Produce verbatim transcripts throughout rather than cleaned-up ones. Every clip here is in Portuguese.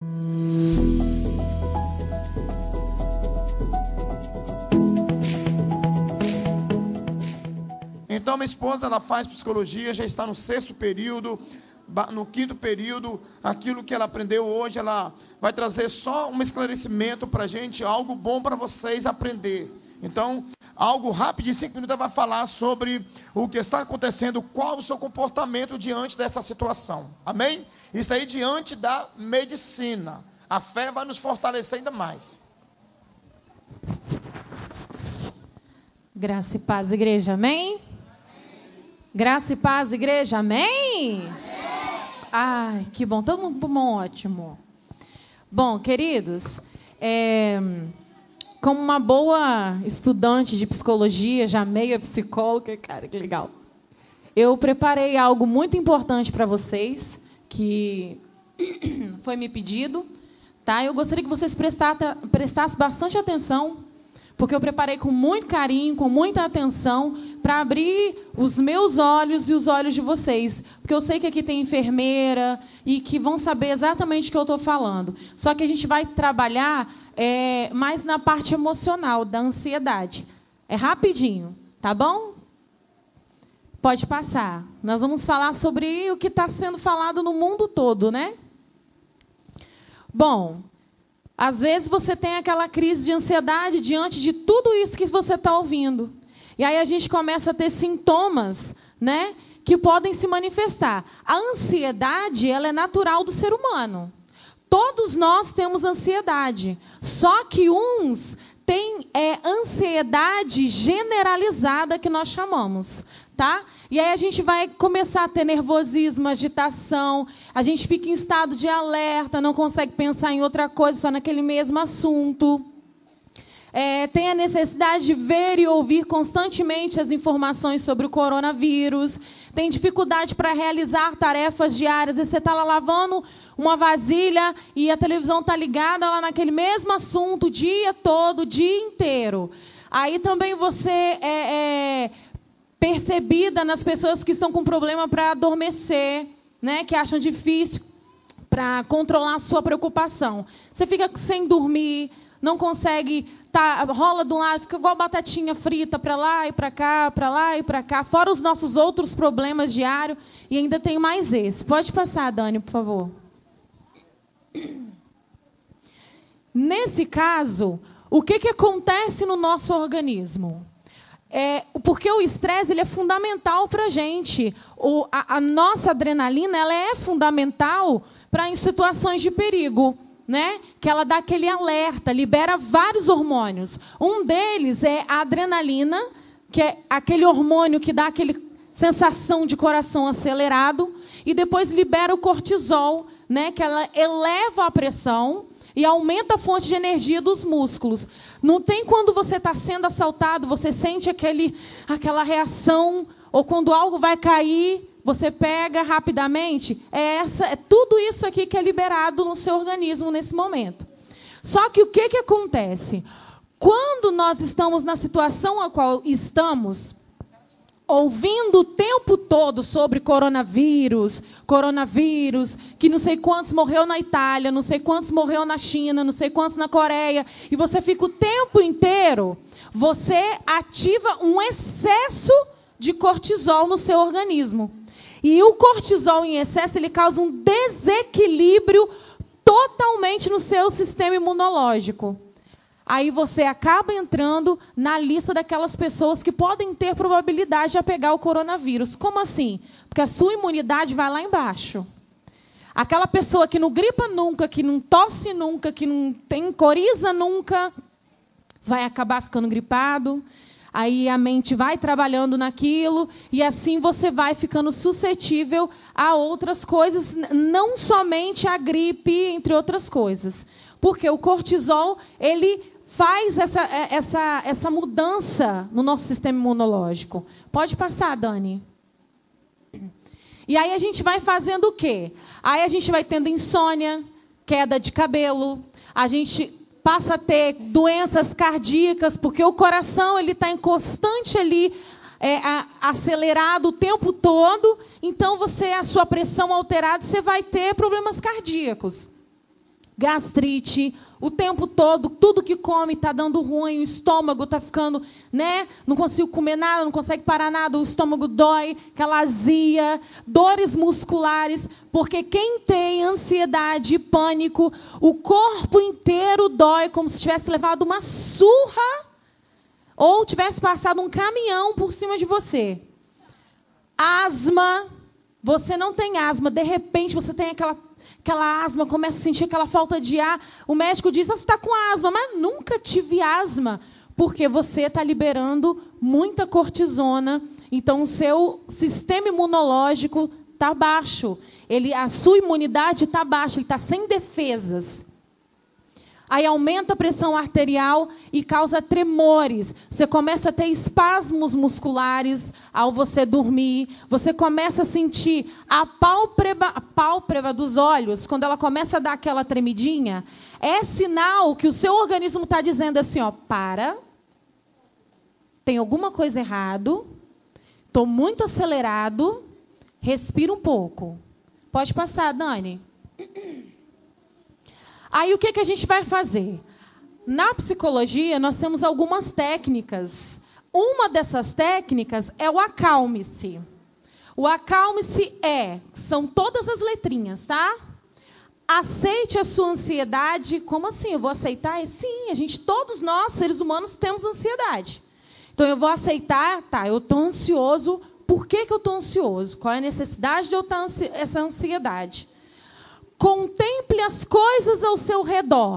Então, minha esposa, ela faz psicologia, já está no sexto período, no quinto período. Aquilo que ela aprendeu hoje, ela vai trazer só um esclarecimento para a gente, algo bom para vocês aprender. Então, algo rápido, em cinco minutos, ela vai falar sobre o que está acontecendo, qual o seu comportamento diante dessa situação. Amém? Isso aí diante da medicina. A fé vai nos fortalecer ainda mais. Graça e paz, igreja, amém? Graça e paz, igreja, amém? Amém? Ai, que bom, todo mundo pulmão ótimo. Bom, queridos, é, como uma boa estudante de psicologia, já meia psicóloga, cara, que legal. Eu preparei algo muito importante para vocês, que foi me pedido, tá? Eu gostaria que vocês prestassem, prestassem bastante atenção, porque eu preparei com muito carinho, com muita atenção, para abrir os meus olhos e os olhos de vocês. Porque eu sei que aqui tem enfermeira e que vão saber exatamente o que eu estou falando. Só que a gente vai trabalhar é, mais na parte emocional, da ansiedade. É rapidinho, tá bom? Pode passar. Nós vamos falar sobre o que está sendo falado no mundo todo, né? Bom... Às vezes você tem aquela crise de ansiedade diante de tudo isso que você está ouvindo. E aí a gente começa a ter sintomas, né, que podem se manifestar. A ansiedade, ela é natural do ser humano. Todos nós temos ansiedade. Só que uns têm é, ansiedade generalizada, que nós chamamos. Tá? E aí a gente vai começar a ter nervosismo, agitação, a gente fica em estado de alerta, não consegue pensar em outra coisa, só naquele mesmo assunto. É, tem a necessidade de ver e ouvir constantemente as informações sobre o coronavírus, tem dificuldade para realizar tarefas diárias. Você está lá lavando uma vasilha e a televisão está ligada lá naquele mesmo assunto o dia todo, o dia inteiro. Aí também você é... é percebida nas pessoas que estão com problema para adormecer, né, que acham difícil para controlar a sua preocupação. Você fica sem dormir, não consegue, tá, rola de um lado, fica igual batatinha frita para lá e para cá, para lá e para cá, fora os nossos outros problemas diários, e ainda tem mais esse. Pode passar, Dani, por favor. Nesse caso, o que, que acontece no nosso organismo? É, porque o estresse ele é fundamental para a gente. O, a, a nossa adrenalina ela é fundamental para em situações de perigo, né? Que ela dá aquele alerta, libera vários hormônios. Um deles é a adrenalina, que é aquele hormônio que dá aquele sensação de coração acelerado, e depois libera o cortisol, né? Que ela eleva a pressão e aumenta a fonte de energia dos músculos. Não tem quando você está sendo assaltado, você sente aquele, aquela reação, ou quando algo vai cair, você pega rapidamente. É, essa, é tudo isso aqui que é liberado no seu organismo nesse momento. Só que o que, que acontece? Quando nós estamos na situação a qual estamos, ouvindo o tempo todo sobre coronavírus, coronavírus, que não sei quantos morreu na Itália, não sei quantos morreu na China, não sei quantos na Coreia, e você fica o tempo inteiro, você ativa um excesso de cortisol no seu organismo. E o cortisol em excesso, ele causa um desequilíbrio totalmente no seu sistema imunológico. Aí você acaba entrando na lista daquelas pessoas que podem ter probabilidade de pegar o coronavírus. Como assim? Porque a sua imunidade vai lá embaixo. Aquela pessoa que não gripa nunca, que não tosse nunca, que não tem coriza nunca, vai acabar ficando gripado. Aí a mente vai trabalhando naquilo e assim você vai ficando suscetível a outras coisas, não somente a gripe, entre outras coisas. Porque o cortisol, ele faz essa, essa, essa mudança no nosso sistema imunológico. Pode passar, Dani. E aí a gente vai fazendo o quê? Aí a gente vai tendo insônia, queda de cabelo, a gente passa a ter doenças cardíacas, porque o coração ele está em constante ali, é, a, acelerado o tempo todo, então você, a sua pressão alterada, você vai ter problemas cardíacos. gastrite, o tempo todo, tudo que come está dando ruim, o estômago está ficando, né? Não consigo comer nada, não consegue parar nada, o estômago dói, aquela azia, dores musculares, porque quem tem ansiedade e pânico, o corpo inteiro dói, como se tivesse levado uma surra ou tivesse passado um caminhão por cima de você. Asma, você não tem asma, de repente você tem aquela Aquela asma, começa a sentir aquela falta de ar. O médico diz, ah, você está com asma, mas nunca tive asma, porque você está liberando muita cortisona. Então, o seu sistema imunológico está baixo. Ele, a sua imunidade está baixa, ele está sem defesas. Aí aumenta a pressão arterial e causa tremores. Você começa a ter espasmos musculares ao você dormir. Você começa a sentir a pálpebra, a pálpebra dos olhos, quando ela começa a dar aquela tremidinha, é sinal que o seu organismo está dizendo assim, ó, para, tem alguma coisa errado, estou muito acelerado, respira um pouco. Pode passar, Dani. Aí, o que, que a gente vai fazer? Na psicologia, nós temos algumas técnicas. Uma dessas técnicas é o acalme-se. O acalme-se é, são todas as letrinhas, tá? Aceite a sua ansiedade. Como assim? Eu vou aceitar? Sim, a gente, todos nós, seres humanos, temos ansiedade. Então, eu vou aceitar, tá, eu estou ansioso. Por que, que eu estou ansioso? Qual é a necessidade de eu estar ansi- essa ansiedade? Contemple as coisas ao seu redor.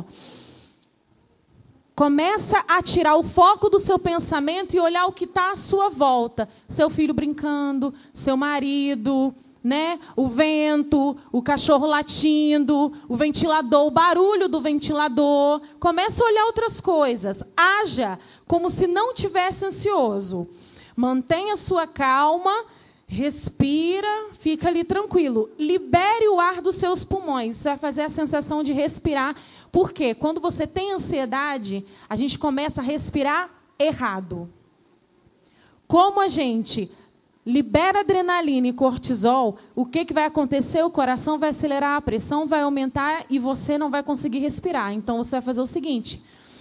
Começa a tirar o foco do seu pensamento e olhar o que está à sua volta. Seu filho brincando, seu marido, né? O vento, o cachorro latindo, o ventilador, o barulho do ventilador. Começa a olhar outras coisas. Haja como se não tivesse ansioso. Mantenha sua calma. Respira, fica ali tranquilo. Libere o ar dos seus pulmões. Você vai fazer a sensação de respirar. Por quê? Quando você tem ansiedade, a gente começa a respirar errado. Como a gente libera adrenalina e cortisol, o que, que vai acontecer? O coração vai acelerar, a pressão vai aumentar e você não vai conseguir respirar. Então, você vai fazer o seguinte.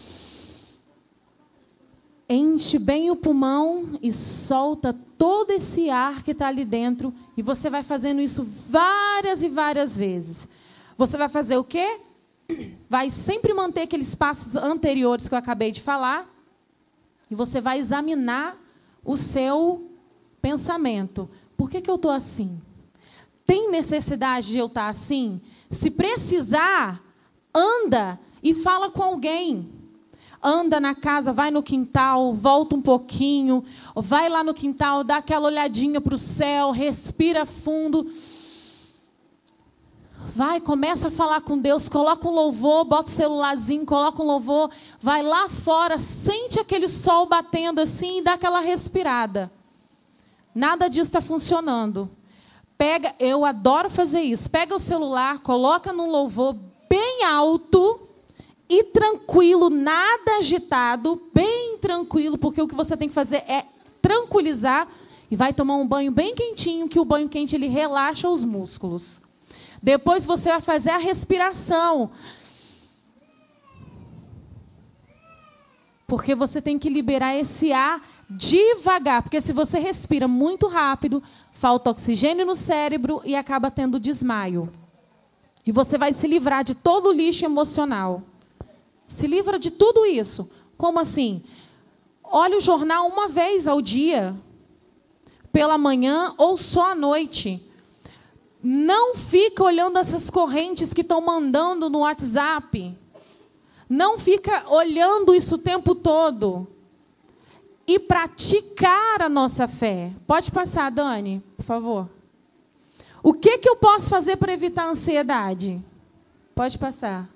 Enche bem o pulmão e solta todo esse ar que está ali dentro. E você vai fazendo isso várias e várias vezes. Você vai fazer o quê? Vai sempre manter aqueles passos anteriores que eu acabei de falar. E você vai examinar o seu pensamento. Por que, que eu estou assim? Tem necessidade de eu estar assim? Se precisar, anda e fala com alguém. Anda na casa, vai no quintal, volta um pouquinho, vai lá no quintal, dá aquela olhadinha para o céu, respira fundo. Vai, começa a falar com Deus, coloca um louvor, bota o celularzinho, coloca um louvor, vai lá fora, sente aquele sol batendo assim e dá aquela respirada. Nada disso está funcionando. Pega, eu adoro fazer isso, pega o celular, coloca num louvor bem alto, e tranquilo, nada agitado, bem tranquilo, porque o que você tem que fazer é tranquilizar e vai tomar um banho bem quentinho, que o banho quente ele relaxa os músculos. Depois você vai fazer a respiração. Porque você tem que liberar esse ar devagar, porque se você respira muito rápido, falta oxigênio no cérebro e acaba tendo desmaio. E você vai se livrar de todo o lixo emocional. Se livra de tudo isso. Como assim? Olhe o jornal uma vez ao dia, pela manhã ou só à noite. Não fica olhando essas correntes que estão mandando no WhatsApp. Não fica olhando isso o tempo todo. E praticar a nossa fé. Pode passar, Dani, por favor. O que, que eu posso fazer para evitar a ansiedade? Pode passar.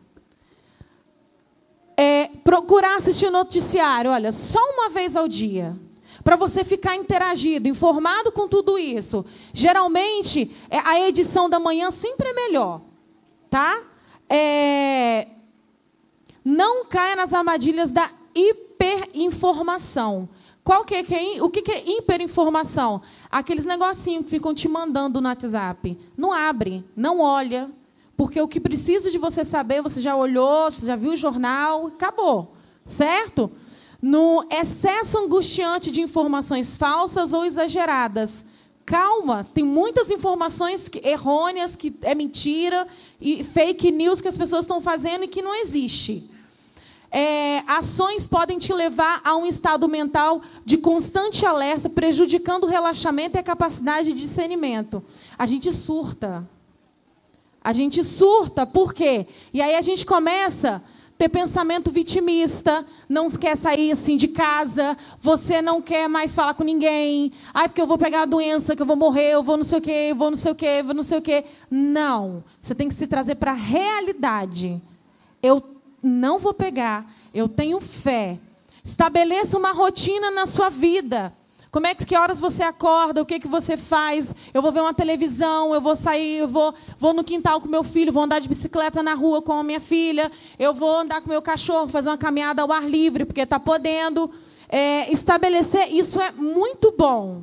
É, procurar assistir o noticiário, olha, só uma vez ao dia, para você ficar interagido, informado com tudo isso. Geralmente, a edição da manhã sempre é melhor, tá? É, não caia nas armadilhas da hiperinformação. Qual que é, o que é hiperinformação? Aqueles negocinhos que ficam te mandando no WhatsApp. Não abre, não olha. Porque o que precisa de você saber, você já olhou, você já viu o jornal, acabou. Certo? No excesso angustiante de informações falsas ou exageradas. Calma, tem muitas informações que, errôneas, que é mentira, e fake news que as pessoas estão fazendo e que não existe. É, ações podem te levar a um estado mental de constante alerta, prejudicando o relaxamento e a capacidade de discernimento. A gente surta. A gente surta, por quê? E aí a gente começa a ter pensamento vitimista, não quer sair assim de casa, você não quer mais falar com ninguém. Ai, porque eu vou pegar a doença, que eu vou morrer, eu vou não sei o quê, eu vou não sei o quê, eu vou não sei o quê. Não. Você tem que se trazer para a realidade. Eu não vou pegar, eu tenho fé. Estabeleça uma rotina na sua vida. Como é que, que horas você acorda, o que, que você faz? Eu vou ver uma televisão, eu vou sair, eu vou, vou no quintal com meu filho, vou andar de bicicleta na rua com a minha filha, eu vou andar com meu cachorro, fazer uma caminhada ao ar livre, porque está podendo. É, estabelecer, isso é muito bom.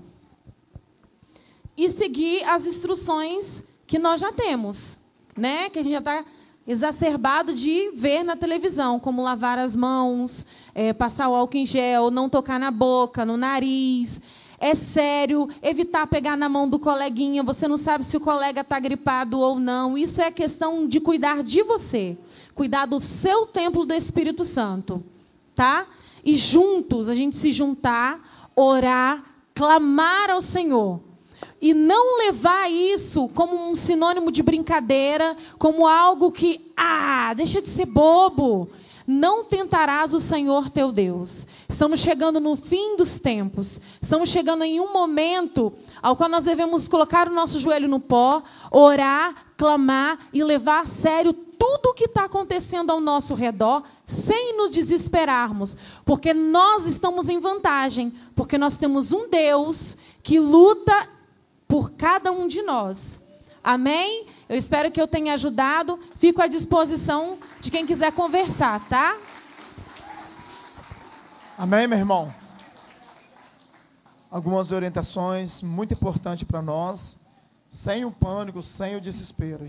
E seguir as instruções que nós já temos, né? Que a gente já está exacerbado de ver na televisão, como lavar as mãos, é, passar o álcool em gel, não tocar na boca, no nariz. É sério, evitar pegar na mão do coleguinha, você não sabe se o colega está gripado ou não. Isso é questão de cuidar de você, cuidar do seu templo do Espírito Santo. Tá? E juntos, a gente se juntar, orar, clamar ao Senhor. E não levar isso como um sinônimo de brincadeira, como algo que, ah, deixa de ser bobo. Não tentarás o Senhor teu Deus. Estamos chegando no fim dos tempos. Estamos chegando em um momento ao qual nós devemos colocar o nosso joelho no pó, orar, clamar e levar a sério tudo o que está acontecendo ao nosso redor, sem nos desesperarmos. Porque nós estamos em vantagem. Porque nós temos um Deus que luta por cada um de nós. Amém? Eu espero que eu tenha ajudado. Fico à disposição de quem quiser conversar, tá? Amém, meu irmão? Algumas orientações muito importantes para nós, sem o pânico, sem o desespero.